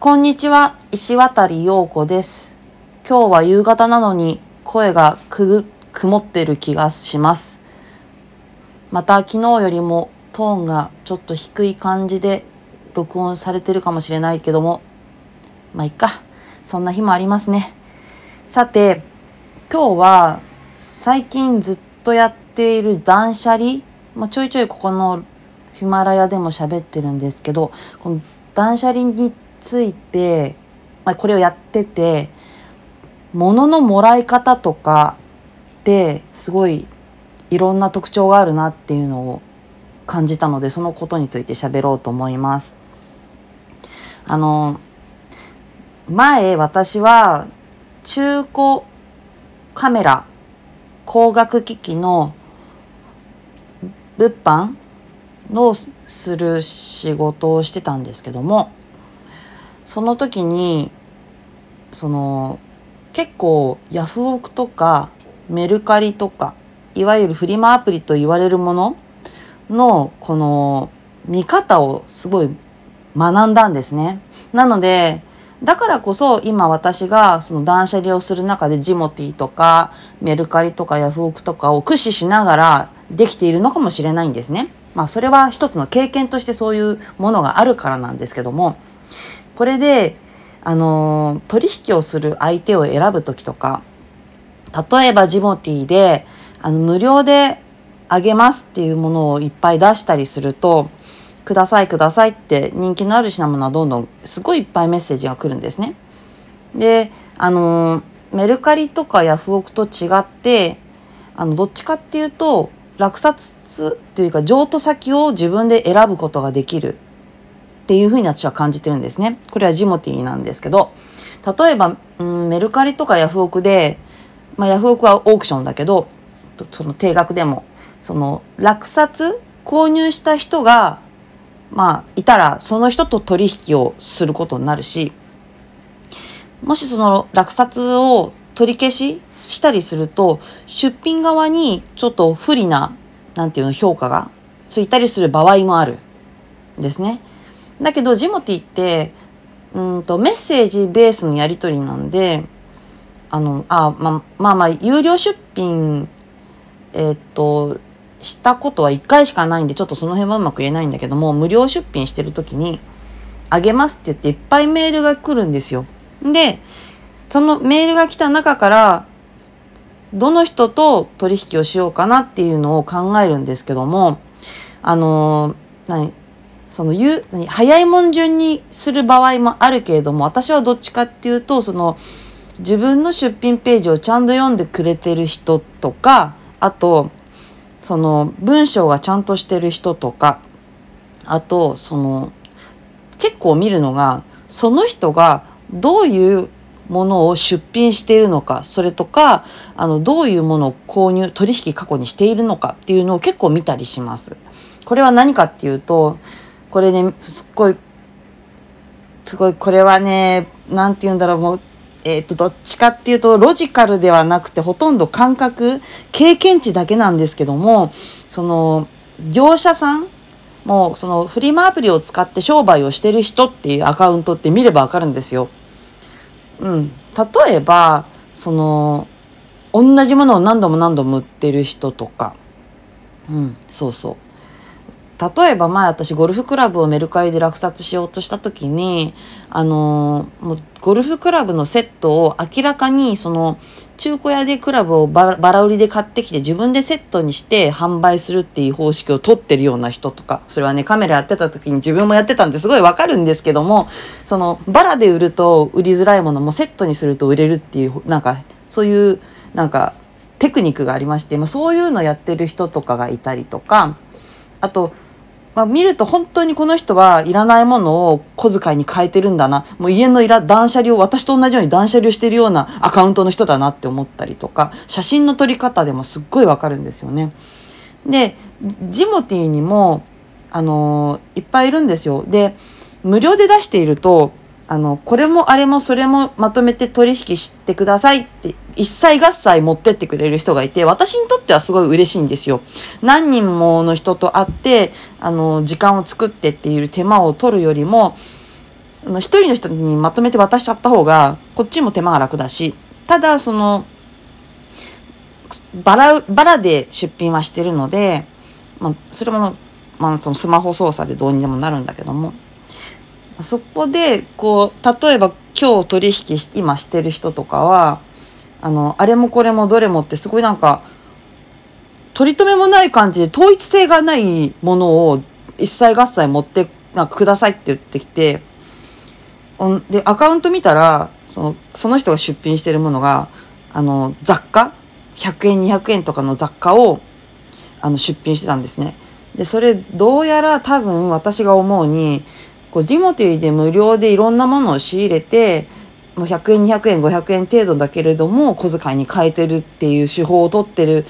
こんにちは、石渡陽子です。今日は夕方なのに声が曇ってる気がします。また昨日よりもトーンがちょっと低い感じで録音されてるかもしれないけども、まあいっか、そんな日もありますね。さて、今日は最近ずっとやっている断捨離、ちょいちょいここのヒマラヤでも喋ってるんですけど、この断捨離について、これをやってて、物のもらい方とかってすごいいろんな特徴があるなっていうのを感じたので、そのことについて喋ろうと思います。前私は中古カメラ、光学機器の物販をする仕事をしてたんですけども、その時に結構ヤフオクとかメルカリとか、いわゆるフリマアプリと言われるもののこの見方をすごい学んだんですね。なのでだからこそ今私がその断捨離をする中でジモティーとかメルカリとかヤフオクとかを駆使しながらできているのかもしれないんですね。それは一つの経験としてそういうものがあるからなんですけども、これで取引をする相手を選ぶときとか、例えばジモティーで無料であげますっていうものをいっぱい出したりすると、くださいくださいって人気のある品物はどんどんすごいいっぱいメッセージが来るんですね。でメルカリとかヤフオクと違ってどっちかっていうと落札っていうか譲渡先を自分で選ぶことができるっていうふうに私は感じてるんですね。これはジモティーなんですけど、例えば、メルカリとかヤフオクで、ヤフオクはオークションだけど、その定額でもその落札購入した人がいたらその人と取引をすることになるし、もしその落札を取り消ししたりすると出品側にちょっと不利な評価がついたりする場合もあるんですね。だけどジモティってメッセージベースのやり取りなんで、有料出品したことは1回しかないんでちょっとその辺はうまく言えないんだけども、無料出品してる時にあげますって言っていっぱいメールが来るんですよ。でそのメールが来た中からどの人と取引をしようかなっていうのを考えるんですけども、早いもん順にする場合もあるけれども、私はどっちかっていうと自分の出品ページをちゃんと読んでくれてる人とか、あと文章がちゃんとしてる人とか、あと結構見るのがその人がどういうものを出品しているのか、それとかどういうものを取引過去にしているのかっていうのを結構見たりします。これは何かっていうと、これねすごいこれはねどっちかっていうとロジカルではなくてほとんど感覚経験値だけなんですけども、業者さんもフリマアプリを使って商売をしてる人っていうアカウントって見ればわかるんですよ。例えば同じものを何度も何度も売ってる人とか、例えば前私ゴルフクラブをメルカリで落札しようとした時にもうゴルフクラブのセットを明らかに中古屋でクラブをバラ売りで買ってきて自分でセットにして販売するっていう方式を取ってるような人とか、それはねカメラやってた時に自分もやってたんですごいわかるんですけども、バラで売ると売りづらいものもセットにすると売れるっていうそういうテクニックがありまして、そういうのやってる人とかがいたりとか、あと見ると本当にこの人はいらないものを小遣いに変えてるんだな、もう家の断捨離を私と同じように断捨離をしてるようなアカウントの人だなって思ったりとか、写真の撮り方でもすっごいわかるんですよね。でジモティーにもいっぱいいるんですよ。で無料で出しているとこれもあれもそれもまとめて取引してくださいって一切合切持ってってくれる人がいて、私にとってはすごい嬉しいんですよ。何人もの人と会って時間を作ってっていう手間を取るよりも、 一人の人にまとめて渡しちゃった方がこっちも手間が楽だし、ただそのバラで出品はしてるので、それも、そのスマホ操作でどうにでもなるんだけども、そこでこう例えば今日取引今してる人とかはあれもこれもどれもってすごいなんか取り留めもない感じで統一性がないものを一切合切持ってなんかくださいって言ってきて、でアカウント見たらその人が出品してるものが雑貨100円200円とかの雑貨を出品してたんですね。でそれどうやら多分私が思うにこうジモティーで無料でいろんなものを仕入れてもう100円200円500円程度だけれども小遣いに変えてるっていう手法を取ってる、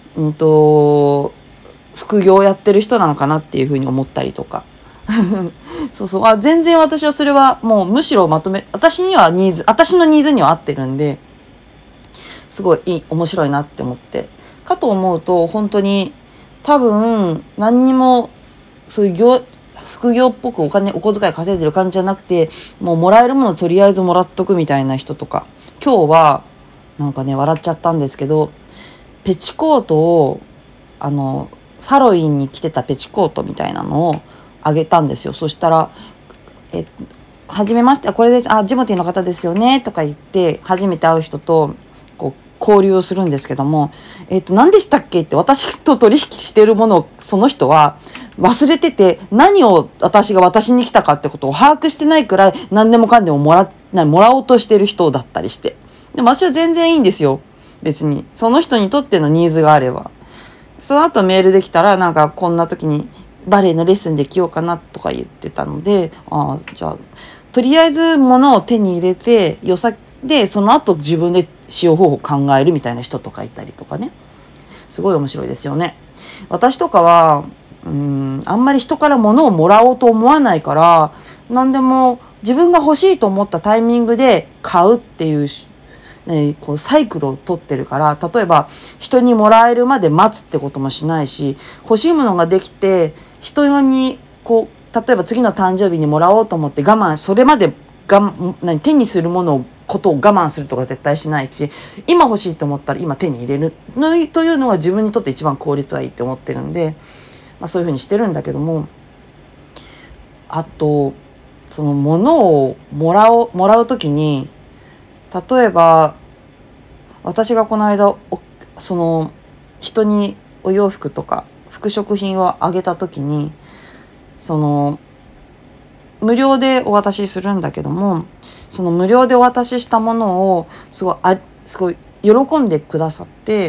副業をやってる人なのかなっていうふうに思ったりとかそうそう全然私はそれはもうむしろ私のニーズには合ってるんですごい面白いなって思ってかと思うと本当に多分何にもそういう副業っぽくお小遣い稼いでる感じじゃなくてもうもらえるものとりあえずもらっとくみたいな人とか今日はなんかね笑っちゃったんですけどペチコートをファロインに着てたペチコートみたいなのをあげたんですよ。そしたらはじめましてこれですジモティーの方ですよねとか言って初めて会う人とこう交流をするんですけども何でしたっけって私と取引してるものをその人は忘れてて何を私が渡しに来たかってことを把握してないくらい何でもかんでももらおうとしてる人だったりしてでも私は全然いいんですよ。別にその人にとってのニーズがあればその後メールできたらなんかこんな時にバレエのレッスンで着ようかなとか言ってたのでじゃあとりあえず物を手に入れてでその後自分で使用方法を考えるみたいな人とかいたりとかねすごい面白いですよね。私とかはあんまり人から物をもらおうと思わないから何でも自分が欲しいと思ったタイミングで買うっていう、こうサイクルを取ってるから例えば人にもらえるまで待つってこともしないし欲しいものができて人にこう例えば次の誕生日にもらおうと思ってそれまで手にすることを我慢するとか絶対しないし今欲しいと思ったら今手に入れるというのが自分にとって一番効率はいいって思ってるんで、そういうふうにしてるんだけどもあとその物をもらう時に例えば私がこの間その人にお洋服とか服飾品をあげた時にその無料でお渡しするんだけどもその無料でお渡ししたものをすごい喜んでくださって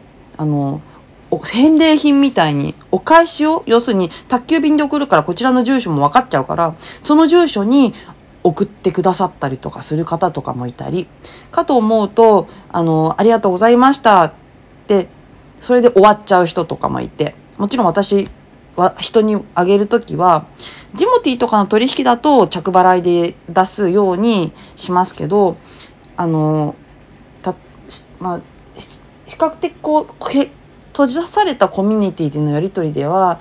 返礼品みたいにお返しを要するに宅急便で送るからこちらの住所も分かっちゃうからその住所に送ってくださったりとかする方とかもいたりかと思うとありがとうございましたってそれで終わっちゃう人とかもいてもちろん私は人にあげるときはジモティーとかの取引だと着払いで出すようにしますけど比較的こう閉ざされたコミュニティでのやり取りでは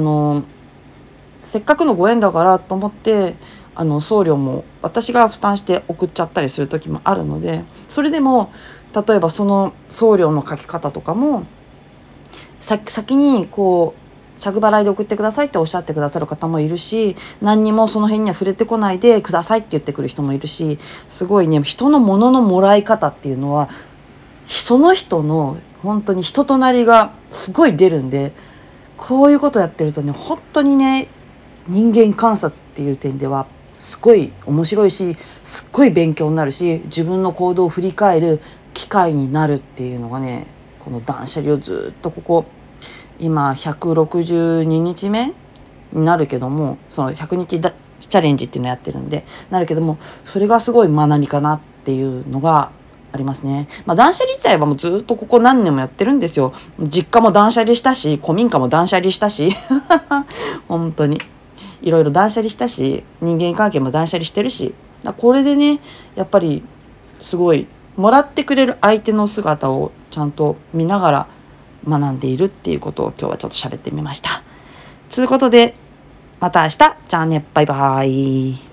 せっかくのご縁だからと思って送料も私が負担して送っちゃったりする時もあるのでそれでも例えばその送料の書き方とかも先にこう着払いで送ってくださいっておっしゃってくださる方もいるし何にもその辺には触れてこないでくださいって言ってくる人もいるしすごいね人のもののもらい方っていうのはその人の本当に人となりがすごい出るんでこういうことやってるとね本当にね人間観察っていう点ではすごい面白いしすっごい勉強になるし自分の行動を振り返る機会になるっていうのがねこの断捨離をずっとここ今162日目になるけどもその100日チャレンジっていうのをやってるんでなるけどもそれがすごい学びかなっていうのがありますね。断捨離自体はもうずっとここ何年もやってるんですよ。実家も断捨離したし古民家も断捨離したし本当にいろいろ断捨離したし人間関係も断捨離してるしこれでねやっぱりすごいもらってくれる相手の姿をちゃんと見ながら学んでいるっていうことを今日はちょっと喋ってみました。ということでまた明日じゃあねバイバイ。